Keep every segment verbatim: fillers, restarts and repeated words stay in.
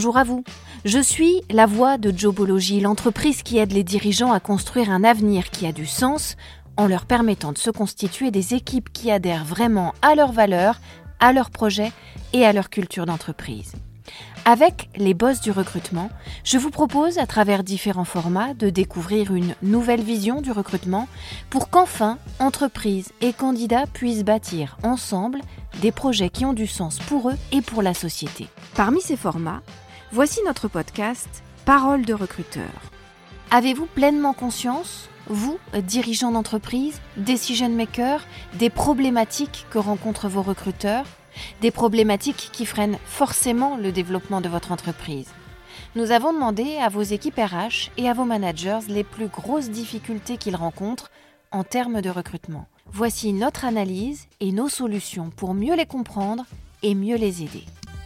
Bonjour à vous, je suis la voix de Jobology, l'entreprise qui aide les dirigeants à construire un avenir qui a du sens en leur permettant de se constituer des équipes qui adhèrent vraiment à leurs valeurs, à leurs projets et à leur culture d'entreprise. Avec les boss du recrutement, je vous propose à travers différents formats de découvrir une nouvelle vision du recrutement pour qu'enfin, entreprises et candidats puissent bâtir ensemble des projets qui ont du sens pour eux et pour la société. Parmi ces formats, voici notre podcast « Parole de recruteur ». Avez-vous pleinement conscience, vous, dirigeants d'entreprise, decision makers, des problématiques que rencontrent vos recruteurs ? Des problématiques qui freinent forcément le développement de votre entreprise. Nous avons demandé à vos équipes R H et à vos managers les plus grosses difficultés qu'ils rencontrent en termes de recrutement. Voici notre analyse et nos solutions pour mieux les comprendre et mieux les aider.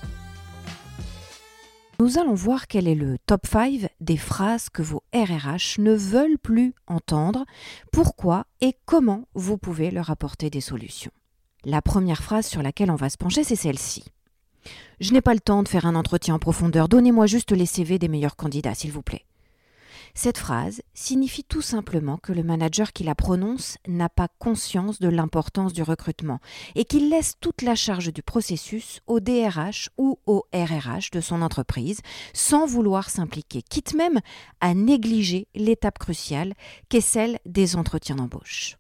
Nous allons voir quel est le top cinq des phrases que vos R R H ne veulent plus entendre, pourquoi et comment vous pouvez leur apporter des solutions. La première phrase sur laquelle on va se pencher, c'est celle-ci. « Je n'ai pas le temps de faire un entretien en profondeur, donnez-moi juste les C V des meilleurs candidats, s'il vous plaît. » Cette phrase signifie tout simplement que le manager qui la prononce n'a pas conscience de l'importance du recrutement et qu'il laisse toute la charge du processus au D R H ou au R R H de son entreprise sans vouloir s'impliquer, quitte même à négliger l'étape cruciale qu'est celle des entretiens d'embauche.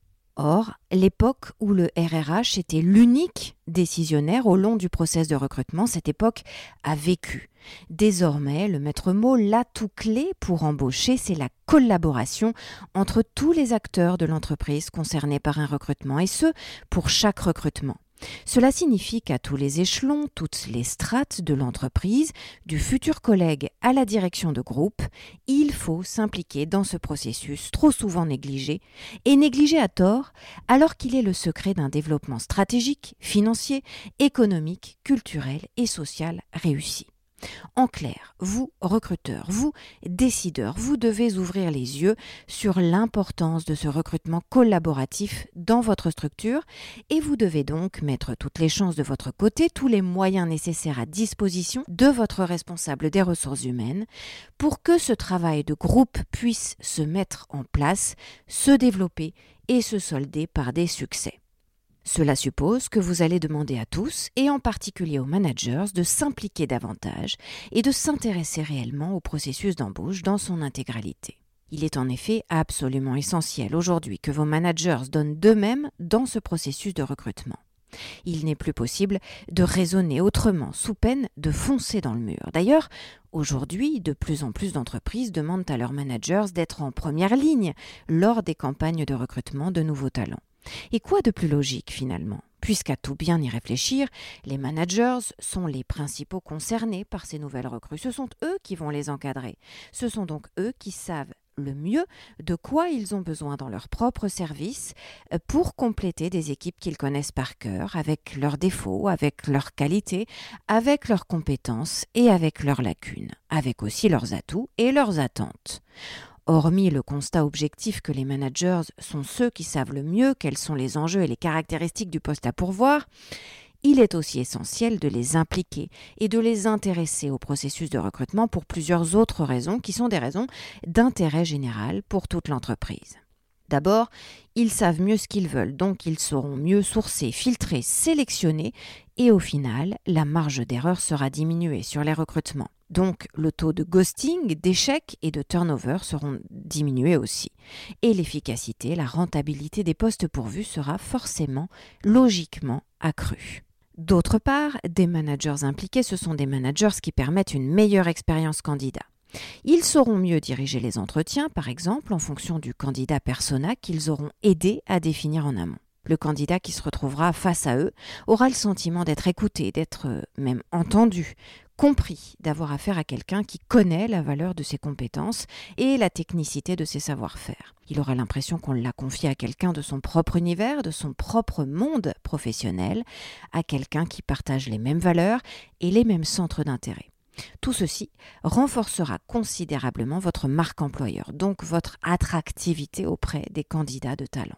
Or, l'époque où le R R H était l'unique décisionnaire au long du process de recrutement, cette époque a vécu. Désormais, le maître mot, l'atout clé pour embaucher, c'est la collaboration entre tous les acteurs de l'entreprise concernés par un recrutement, et ce, pour chaque recrutement. Cela signifie qu'à tous les échelons, toutes les strates de l'entreprise, du futur collègue à la direction de groupe, il faut s'impliquer dans ce processus trop souvent négligé, et négligé à tort, alors qu'il est le secret d'un développement stratégique, financier, économique, culturel et social réussi. En clair, vous, recruteurs, vous, décideurs, vous devez ouvrir les yeux sur l'importance de ce recrutement collaboratif dans votre structure et vous devez donc mettre toutes les chances de votre côté, tous les moyens nécessaires à disposition de votre responsable des ressources humaines pour que ce travail de groupe puisse se mettre en place, se développer et se solder par des succès. Cela suppose que vous allez demander à tous, et en particulier aux managers, de s'impliquer davantage et de s'intéresser réellement au processus d'embauche dans son intégralité. Il est en effet absolument essentiel aujourd'hui que vos managers donnent d'eux-mêmes dans ce processus de recrutement. Il n'est plus possible de raisonner autrement sous peine de foncer dans le mur. D'ailleurs, aujourd'hui, de plus en plus d'entreprises demandent à leurs managers d'être en première ligne lors des campagnes de recrutement de nouveaux talents. Et quoi de plus logique finalement ? Puisqu'à tout bien y réfléchir, les managers sont les principaux concernés par ces nouvelles recrues. Ce sont eux qui vont les encadrer. Ce sont donc eux qui savent le mieux de quoi ils ont besoin dans leur propre service pour compléter des équipes qu'ils connaissent par cœur, avec leurs défauts, avec leurs qualités, avec leurs compétences et avec leurs lacunes, avec aussi leurs atouts et leurs attentes. Hormis le constat objectif que les managers sont ceux qui savent le mieux quels sont les enjeux et les caractéristiques du poste à pourvoir, il est aussi essentiel de les impliquer et de les intéresser au processus de recrutement pour plusieurs autres raisons qui sont des raisons d'intérêt général pour toute l'entreprise. D'abord, ils savent mieux ce qu'ils veulent, donc ils sauront mieux sourcer, filtrer, sélectionner et au final, la marge d'erreur sera diminuée sur les recrutements. Donc, le taux de ghosting, d'échec et de turnover seront diminués aussi. Et l'efficacité, la rentabilité des postes pourvus sera forcément, logiquement, accrue. D'autre part, des managers impliqués, ce sont des managers qui permettent une meilleure expérience candidat. Ils sauront mieux diriger les entretiens, par exemple, en fonction du candidat persona qu'ils auront aidé à définir en amont. Le candidat qui se retrouvera face à eux aura le sentiment d'être écouté, d'être même entendu, compris, d'avoir affaire à quelqu'un qui connaît la valeur de ses compétences et la technicité de ses savoir-faire. Il aura l'impression qu'on l'a confié à quelqu'un de son propre univers, de son propre monde professionnel, à quelqu'un qui partage les mêmes valeurs et les mêmes centres d'intérêt. Tout ceci renforcera considérablement votre marque employeur, donc votre attractivité auprès des candidats de talent.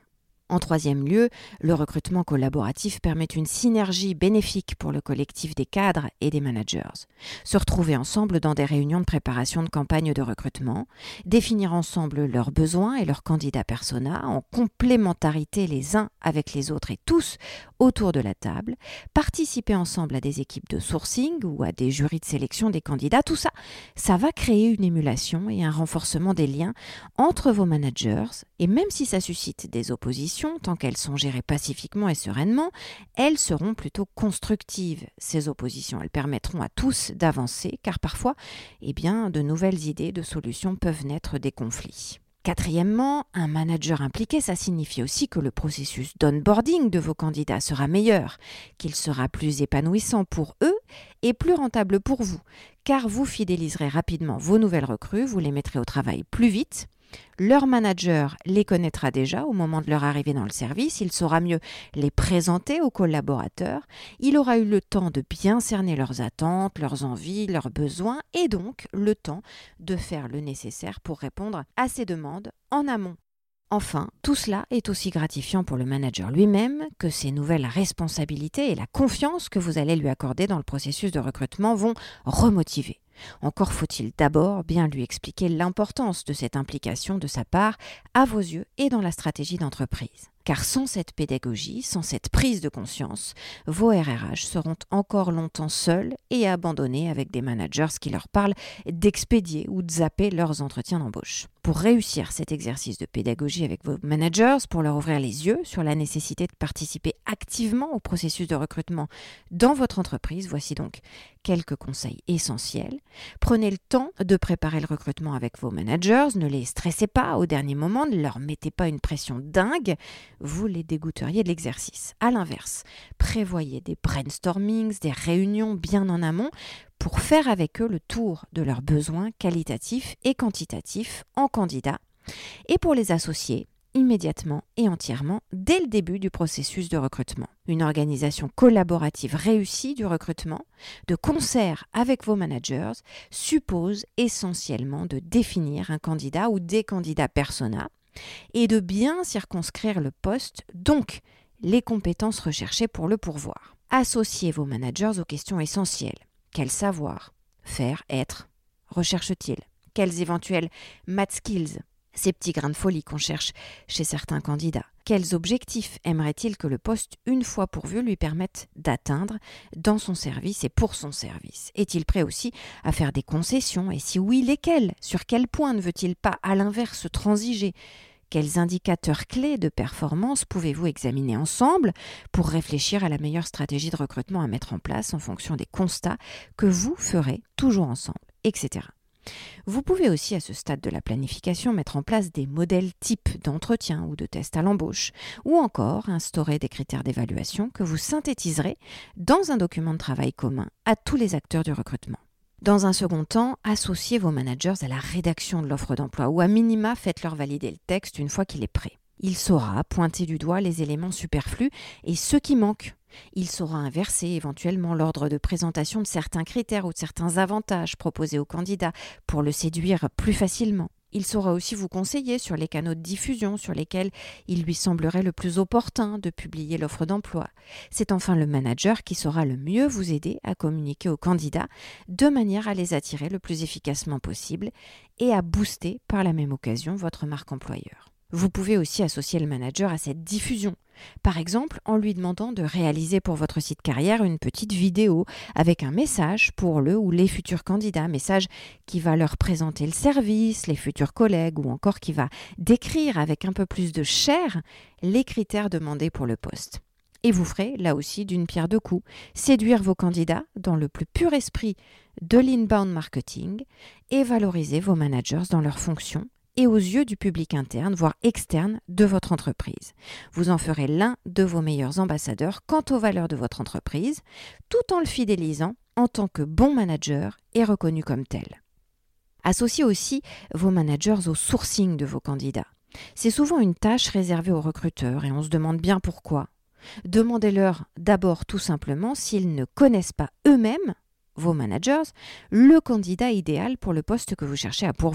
En troisième lieu, le recrutement collaboratif permet une synergie bénéfique pour le collectif des cadres et des managers. Se retrouver ensemble dans des réunions de préparation de campagne de recrutement, définir ensemble leurs besoins et leurs candidats persona en complémentarité les uns avec les autres et tous autour de la table, participer ensemble à des équipes de sourcing ou à des jurys de sélection des candidats, tout ça, ça va créer une émulation et un renforcement des liens entre vos managers et même si ça suscite des oppositions, tant qu'elles sont gérées pacifiquement et sereinement, elles seront plutôt constructives, ces oppositions. Elles permettront à tous d'avancer, car parfois, eh bien, de nouvelles idées de solutions peuvent naître des conflits. Quatrièmement, un manager impliqué, ça signifie aussi que le processus d'onboarding de vos candidats sera meilleur, qu'il sera plus épanouissant pour eux et plus rentable pour vous, car vous fidéliserez rapidement vos nouvelles recrues, vous les mettrez au travail plus vite. Leur manager les connaîtra déjà au moment de leur arrivée dans le service, il saura mieux les présenter aux collaborateurs, il aura eu le temps de bien cerner leurs attentes, leurs envies, leurs besoins et donc le temps de faire le nécessaire pour répondre à ces demandes en amont. Enfin, tout cela est aussi gratifiant pour le manager lui-même que ces nouvelles responsabilités et la confiance que vous allez lui accorder dans le processus de recrutement vont remotiver. Encore faut-il d'abord bien lui expliquer l'importance de cette implication de sa part à vos yeux et dans la stratégie d'entreprise. Car sans cette pédagogie, sans cette prise de conscience, vos R R H seront encore longtemps seuls et abandonnés avec des managers qui leur parlent d'expédier ou de zapper leurs entretiens d'embauche. Pour réussir cet exercice de pédagogie avec vos managers, pour leur ouvrir les yeux sur la nécessité de participer activement au processus de recrutement dans votre entreprise, voici donc quelques conseils essentiels. Prenez le temps de préparer le recrutement avec vos managers, ne les stressez pas au dernier moment, ne leur mettez pas une pression dingue, vous les dégoûteriez de l'exercice. À l'inverse, prévoyez des brainstormings, des réunions bien en amont pour faire avec eux le tour de leurs besoins qualitatifs et quantitatifs en candidats et pour les associer immédiatement et entièrement dès le début du processus de recrutement. Une organisation collaborative réussie du recrutement, de concert avec vos managers, suppose essentiellement de définir un candidat ou des candidats persona et de bien circonscrire le poste, donc les compétences recherchées pour le pourvoir. Associez vos managers aux questions essentielles. Quel savoir, faire, être recherche-t-il? Quels éventuels math skills? Ces petits grains de folie qu'on cherche chez certains candidats. Quels objectifs aimerait-il que le poste, une fois pourvu, lui permette d'atteindre dans son service et pour son service? Est-il prêt aussi à faire des concessions? Et si oui, lesquelles? Sur quel point ne veut-il pas, à l'inverse, transiger? Quels indicateurs clés de performance pouvez-vous examiner ensemble pour réfléchir à la meilleure stratégie de recrutement à mettre en place en fonction des constats que vous ferez toujours ensemble, et cetera. Vous pouvez aussi, à ce stade de la planification, mettre en place des modèles types d'entretien ou de tests à l'embauche, ou encore instaurer des critères d'évaluation que vous synthétiserez dans un document de travail commun à tous les acteurs du recrutement. Dans un second temps, associez vos managers à la rédaction de l'offre d'emploi ou à minima faites-leur valider le texte une fois qu'il est prêt. Il saura pointer du doigt les éléments superflus et ceux qui manquent. Il saura inverser éventuellement l'ordre de présentation de certains critères ou de certains avantages proposés au candidat pour le séduire plus facilement. Il saura aussi vous conseiller sur les canaux de diffusion sur lesquels il lui semblerait le plus opportun de publier l'offre d'emploi. C'est enfin le manager qui saura le mieux vous aider à communiquer aux candidats de manière à les attirer le plus efficacement possible et à booster par la même occasion votre marque employeur. Vous pouvez aussi associer le manager à cette diffusion, par exemple en lui demandant de réaliser pour votre site carrière une petite vidéo avec un message pour le ou les futurs candidats, message qui va leur présenter le service, les futurs collègues ou encore qui va décrire avec un peu plus de chair les critères demandés pour le poste. Et vous ferez, là aussi, d'une pierre deux coups, séduire vos candidats dans le plus pur esprit de l'inbound marketing et valoriser vos managers dans leurs fonctions et aux yeux du public interne, voire externe de votre entreprise. Vous en ferez l'un de vos meilleurs ambassadeurs quant aux valeurs de votre entreprise, tout en le fidélisant en tant que bon manager et reconnu comme tel. Associez aussi vos managers au sourcing de vos candidats. C'est souvent une tâche réservée aux recruteurs et on se demande bien pourquoi. Demandez-leur d'abord tout simplement s'ils ne connaissent pas eux-mêmes, vos managers, le candidat idéal pour le poste que vous cherchez à pourvoir.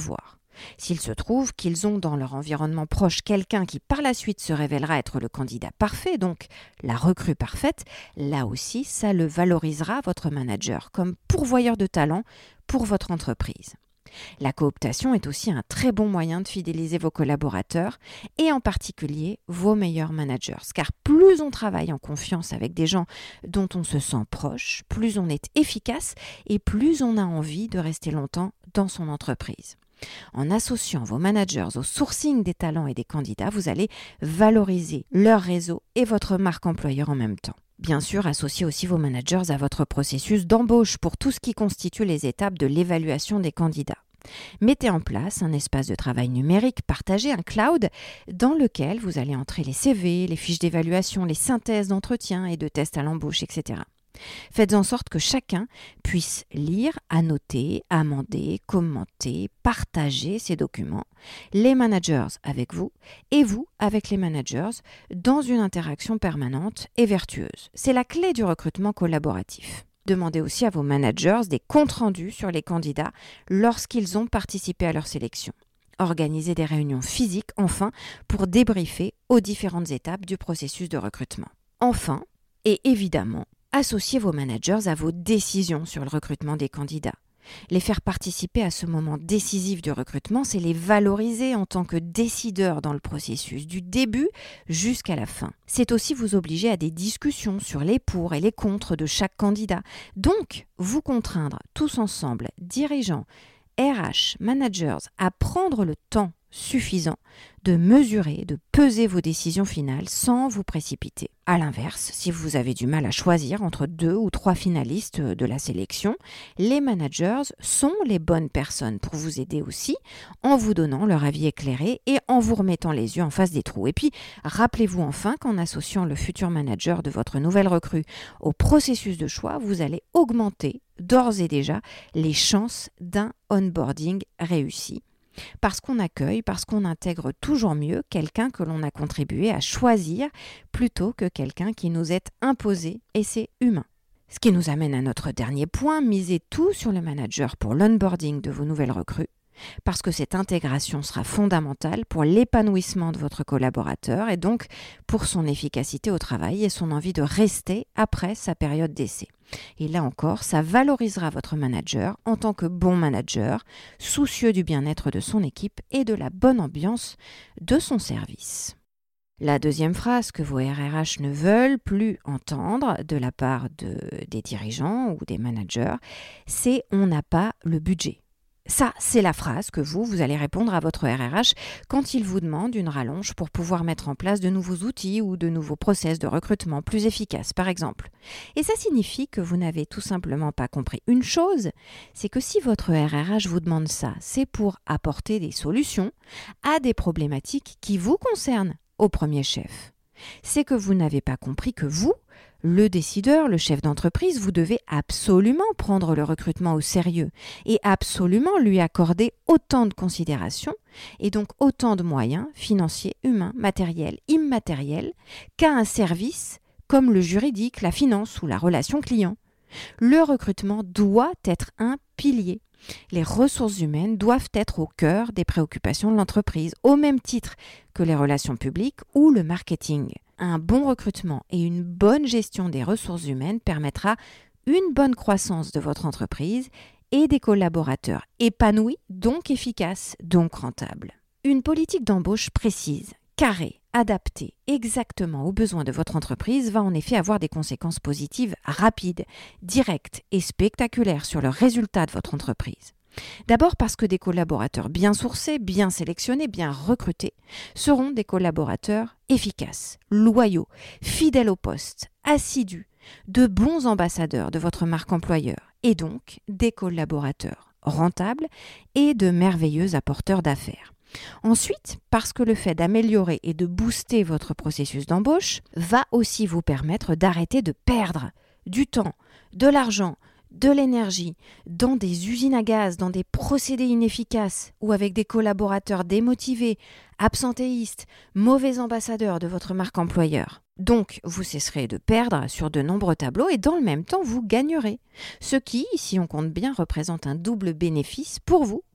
S'il se trouve qu'ils ont dans leur environnement proche quelqu'un qui par la suite se révélera être le candidat parfait, donc la recrue parfaite, là aussi, ça le valorisera votre manager comme pourvoyeur de talent pour votre entreprise. La cooptation est aussi un très bon moyen de fidéliser vos collaborateurs et en particulier vos meilleurs managers. Car plus on travaille en confiance avec des gens dont on se sent proche, plus on est efficace et plus on a envie de rester longtemps dans son entreprise. En associant vos managers au sourcing des talents et des candidats, vous allez valoriser leur réseau et votre marque employeur en même temps. Bien sûr, associez aussi vos managers à votre processus d'embauche pour tout ce qui constitue les étapes de l'évaluation des candidats. Mettez en place un espace de travail numérique partagé, un cloud, dans lequel vous allez entrer les C V, les fiches d'évaluation, les synthèses d'entretien et de tests à l'embauche, et cetera. Faites en sorte que chacun puisse lire, annoter, amender, commenter, partager ces documents, les managers avec vous et vous avec les managers dans une interaction permanente et vertueuse. C'est la clé du recrutement collaboratif. Demandez aussi à vos managers des comptes rendus sur les candidats lorsqu'ils ont participé à leur sélection. Organisez des réunions physiques, enfin, pour débriefer aux différentes étapes du processus de recrutement. Enfin, et évidemment, associez vos managers à vos décisions sur le recrutement des candidats. Les faire participer à ce moment décisif du recrutement, c'est les valoriser en tant que décideurs dans le processus, du début jusqu'à la fin. C'est aussi vous obliger à des discussions sur les pour et les contre de chaque candidat. Donc, vous contraindre tous ensemble, dirigeants, R H, managers, à prendre le temps suffisant de mesurer, de peser vos décisions finales sans vous précipiter. À l'inverse, si vous avez du mal à choisir entre deux ou trois finalistes de la sélection, les managers sont les bonnes personnes pour vous aider aussi en vous donnant leur avis éclairé et en vous remettant les yeux en face des trous. Et puis, rappelez-vous enfin qu'en associant le futur manager de votre nouvelle recrue au processus de choix, vous allez augmenter d'ores et déjà les chances d'un onboarding réussi. Parce qu'on accueille, parce qu'on intègre toujours mieux quelqu'un que l'on a contribué à choisir plutôt que quelqu'un qui nous est imposé, et c'est humain. Ce qui nous amène à notre dernier point, misez tout sur le manager pour l'onboarding de vos nouvelles recrues, parce que cette intégration sera fondamentale pour l'épanouissement de votre collaborateur et donc pour son efficacité au travail et son envie de rester après sa période d'essai. Et là encore, ça valorisera votre manager en tant que bon manager, soucieux du bien-être de son équipe et de la bonne ambiance de son service. La deuxième phrase que vos R R H ne veulent plus entendre de la part de, des dirigeants ou des managers, c'est « on n'a pas le budget ». Ça, c'est la phrase que vous, vous allez répondre à votre R R H quand il vous demande une rallonge pour pouvoir mettre en place de nouveaux outils ou de nouveaux process de recrutement plus efficaces, par exemple. Et ça signifie que vous n'avez tout simplement pas compris une chose, c'est que si votre R R H vous demande ça, c'est pour apporter des solutions à des problématiques qui vous concernent au premier chef. C'est que vous n'avez pas compris que vous, le décideur, le chef d'entreprise, vous devez absolument prendre le recrutement au sérieux et absolument lui accorder autant de considération et donc autant de moyens financiers, humains, matériels, immatériels qu'à un service comme le juridique, la finance ou la relation client. Le recrutement doit être un pilier. Les ressources humaines doivent être au cœur des préoccupations de l'entreprise, au même titre que les relations publiques ou le marketing. Un bon recrutement et une bonne gestion des ressources humaines permettra une bonne croissance de votre entreprise et des collaborateurs épanouis, donc efficaces, donc rentables. Une politique d'embauche précise, carrée, adaptée exactement aux besoins de votre entreprise va en effet avoir des conséquences positives rapides, directes et spectaculaires sur le résultat de votre entreprise. D'abord parce que des collaborateurs bien sourcés, bien sélectionnés, bien recrutés seront des collaborateurs efficaces, loyaux, fidèles au poste, assidus, de bons ambassadeurs de votre marque employeur et donc des collaborateurs rentables et de merveilleux apporteurs d'affaires. Ensuite, parce que le fait d'améliorer et de booster votre processus d'embauche va aussi vous permettre d'arrêter de perdre du temps, de l'argent, de l'énergie dans des usines à gaz, dans des procédés inefficaces ou avec des collaborateurs démotivés, absentéistes, mauvais ambassadeurs de votre marque employeur. Donc, vous cesserez de perdre sur de nombreux tableaux et dans le même temps, vous gagnerez. Ce qui, si on compte bien, représente un double bénéfice pour vous,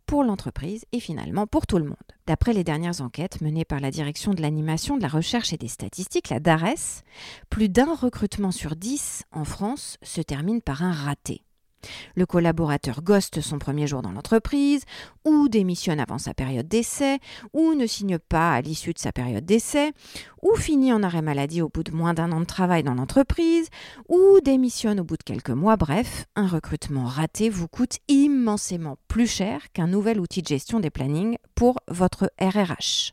pour l'entreprise et finalement pour tout le monde. D'après les dernières enquêtes menées par la Direction de l'animation, de la recherche et des statistiques, la DARES, plus d'un recrutement sur dix en France se termine par un raté. Le collaborateur ghoste son premier jour dans l'entreprise, ou démissionne avant sa période d'essai, ou ne signe pas à l'issue de sa période d'essai, ou finit en arrêt maladie au bout de moins d'un an de travail dans l'entreprise, ou démissionne au bout de quelques mois. Bref, un recrutement raté vous coûte immensément plus cher qu'un nouvel outil de gestion des plannings pour votre R R H.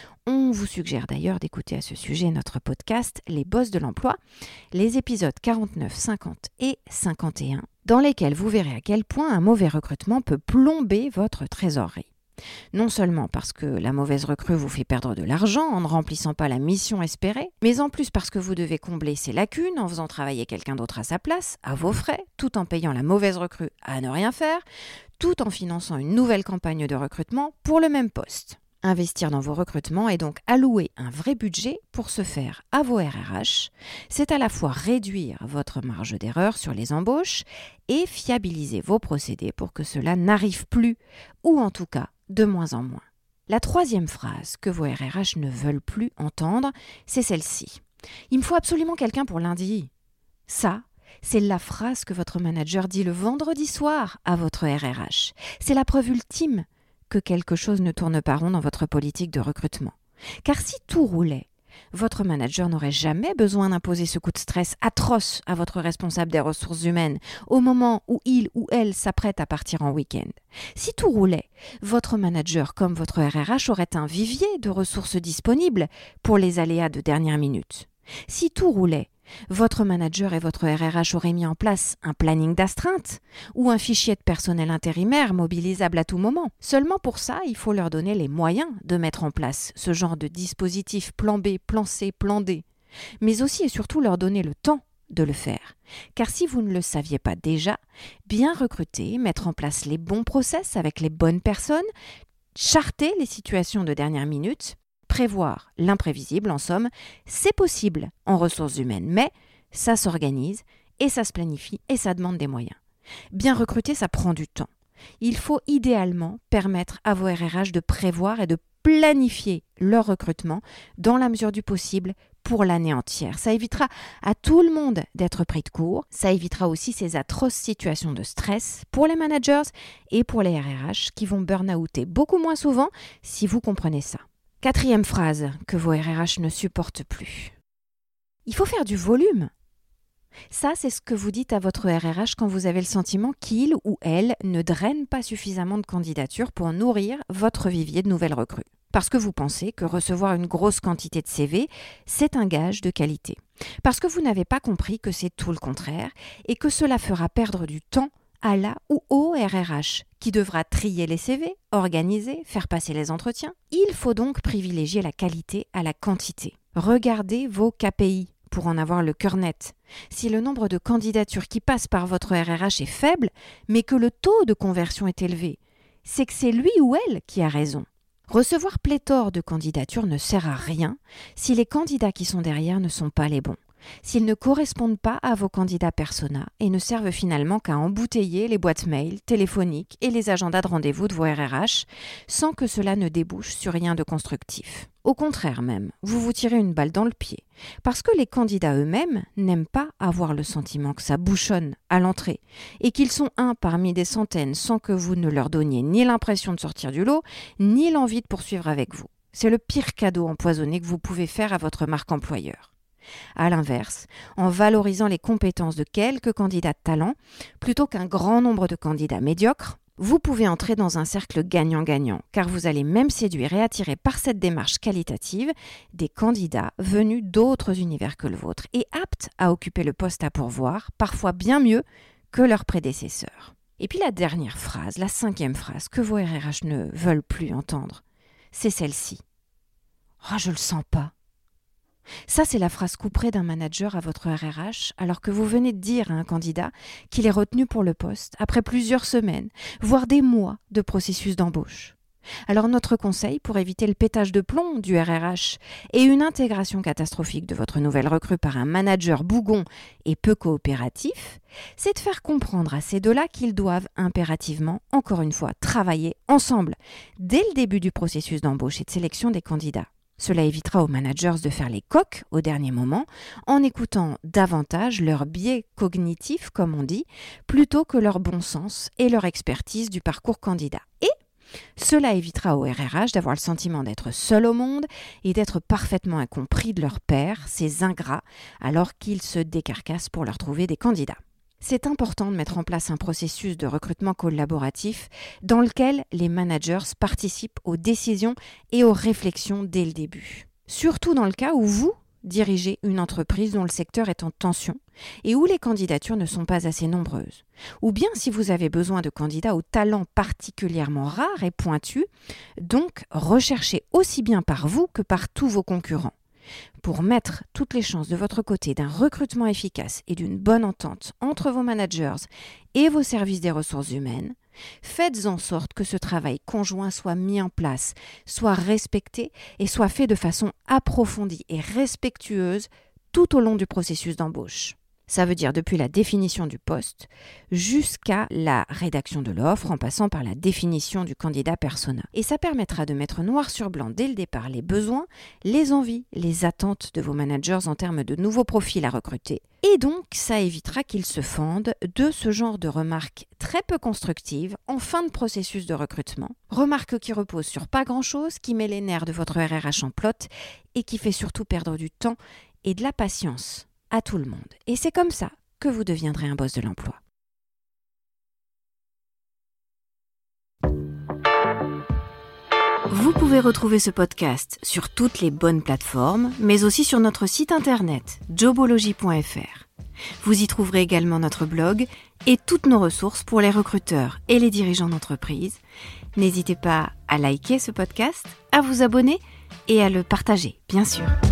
On vous suggère d'ailleurs d'écouter à ce sujet notre podcast « Les boss de l'emploi », les épisodes quarante-neuf, cinquante et cinquante et un, dans lesquels vous verrez à quel point un mauvais recrutement peut plomber votre trésorerie. Non seulement parce que la mauvaise recrue vous fait perdre de l'argent en ne remplissant pas la mission espérée, mais en plus parce que vous devez combler ses lacunes en faisant travailler quelqu'un d'autre à sa place, à vos frais, tout en payant la mauvaise recrue à ne rien faire, tout en finançant une nouvelle campagne de recrutement pour le même poste. Investir dans vos recrutements et donc allouer un vrai budget pour se faire à vos R R H, c'est à la fois réduire votre marge d'erreur sur les embauches et fiabiliser vos procédés pour que cela n'arrive plus, ou en tout cas de moins en moins. La troisième phrase que vos R R H ne veulent plus entendre, c'est celle-ci. Il me faut absolument quelqu'un pour lundi. Ça, c'est la phrase que votre manager dit le vendredi soir à votre R R H. C'est la preuve ultime que quelque chose ne tourne pas rond dans votre politique de recrutement. Car si tout roulait, votre manager n'aurait jamais besoin d'imposer ce coup de stress atroce à votre responsable des ressources humaines au moment où il ou elle s'apprête à partir en week-end. Si tout roulait, votre manager comme votre R R H aurait un vivier de ressources disponibles pour les aléas de dernière minute. Si tout roulait, votre manager et votre R R H auraient mis en place un planning d'astreinte ou un fichier de personnel intérimaire mobilisable à tout moment. Seulement pour ça, il faut leur donner les moyens de mettre en place ce genre de dispositif plan B, plan C, plan D. Mais aussi et surtout leur donner le temps de le faire. Car si vous ne le saviez pas déjà, bien recruter, mettre en place les bons process avec les bonnes personnes, charter les situations de dernière minute, prévoir l'imprévisible, en somme, c'est possible en ressources humaines, mais ça s'organise et ça se planifie et ça demande des moyens. Bien recruter, ça prend du temps. Il faut idéalement permettre à vos R R H de prévoir et de planifier leur recrutement dans la mesure du possible pour l'année entière. Ça évitera à tout le monde d'être pris de court, ça évitera aussi ces atroces situations de stress pour les managers et pour les R R H qui vont burn-outer beaucoup moins souvent si vous comprenez ça. Quatrième phrase que vos R R H ne supportent plus. Il faut faire du volume. Ça, c'est ce que vous dites à votre R R H quand vous avez le sentiment qu'il ou elle ne draine pas suffisamment de candidatures pour nourrir votre vivier de nouvelles recrues. Parce que vous pensez que recevoir une grosse quantité de C V, c'est un gage de qualité. Parce que vous n'avez pas compris que c'est tout le contraire et que cela fera perdre du temps à la ou au R R H qui devra trier les C V, organiser, faire passer les entretiens. Il faut donc privilégier la qualité à la quantité. Regardez vos K P I pour en avoir le cœur net. Si le nombre de candidatures qui passent par votre R R H est faible, mais que le taux de conversion est élevé, c'est que c'est lui ou elle qui a raison. Recevoir pléthore de candidatures ne sert à rien si les candidats qui sont derrière ne sont pas les bons. S'ils ne correspondent pas à vos candidats persona et ne servent finalement qu'à embouteiller les boîtes mail, téléphoniques et les agendas de rendez-vous de vos R R H sans que cela ne débouche sur rien de constructif. Au contraire même, vous vous tirez une balle dans le pied parce que les candidats eux-mêmes n'aiment pas avoir le sentiment que ça bouchonne à l'entrée et qu'ils sont un parmi des centaines sans que vous ne leur donniez ni l'impression de sortir du lot ni l'envie de poursuivre avec vous. C'est le pire cadeau empoisonné que vous pouvez faire à votre marque employeur. À l'inverse, en valorisant les compétences de quelques candidats de talent, plutôt qu'un grand nombre de candidats médiocres, vous pouvez entrer dans un cercle gagnant-gagnant, car vous allez même séduire et attirer par cette démarche qualitative des candidats venus d'autres univers que le vôtre et aptes à occuper le poste à pourvoir, parfois bien mieux que leurs prédécesseurs. Et puis la dernière phrase, la cinquième phrase que vos R R H ne veulent plus entendre, c'est celle-ci. « Oh, je le sens pas !» Ça, c'est la phrase couperée d'un manager à votre R R H alors que vous venez de dire à un candidat qu'il est retenu pour le poste après plusieurs semaines, voire des mois de processus d'embauche. Alors notre conseil pour éviter le pétage de plomb du R R H et une intégration catastrophique de votre nouvelle recrue par un manager bougon et peu coopératif, c'est de faire comprendre à ces deux-là qu'ils doivent impérativement, encore une fois, travailler ensemble dès le début du processus d'embauche et de sélection des candidats. Cela évitera aux managers de faire les coqs au dernier moment en écoutant davantage leur biais cognitif, comme on dit, plutôt que leur bon sens et leur expertise du parcours candidat. Et cela évitera au R R H d'avoir le sentiment d'être seul au monde et d'être parfaitement incompris de leurs pairs, ces ingrats, alors qu'ils se décarcassent pour leur trouver des candidats. C'est important de mettre en place un processus de recrutement collaboratif dans lequel les managers participent aux décisions et aux réflexions dès le début. Surtout dans le cas où vous dirigez une entreprise dont le secteur est en tension et où les candidatures ne sont pas assez nombreuses. Ou bien si vous avez besoin de candidats aux talents particulièrement rares et pointus, donc recherchés aussi bien par vous que par tous vos concurrents. Pour mettre toutes les chances de votre côté d'un recrutement efficace et d'une bonne entente entre vos managers et vos services des ressources humaines, faites en sorte que ce travail conjoint soit mis en place, soit respecté et soit fait de façon approfondie et respectueuse tout au long du processus d'embauche. Ça veut dire depuis la définition du poste jusqu'à la rédaction de l'offre en passant par la définition du candidat persona. Et ça permettra de mettre noir sur blanc dès le départ les besoins, les envies, les attentes de vos managers en termes de nouveaux profils à recruter. Et donc, ça évitera qu'ils se fendent de ce genre de remarques très peu constructives en fin de processus de recrutement. Remarques qui reposent sur pas grand-chose, qui met les nerfs de votre R R H en plot et qui fait surtout perdre du temps et de la patience à tout le monde. Et c'est comme ça que vous deviendrez un boss de l'emploi. Vous pouvez retrouver ce podcast sur toutes les bonnes plateformes, mais aussi sur notre site internet jobology point f r. Vous y trouverez également notre blog et toutes nos ressources pour les recruteurs et les dirigeants d'entreprise. N'hésitez pas à liker ce podcast, à vous abonner et à le partager, bien sûr.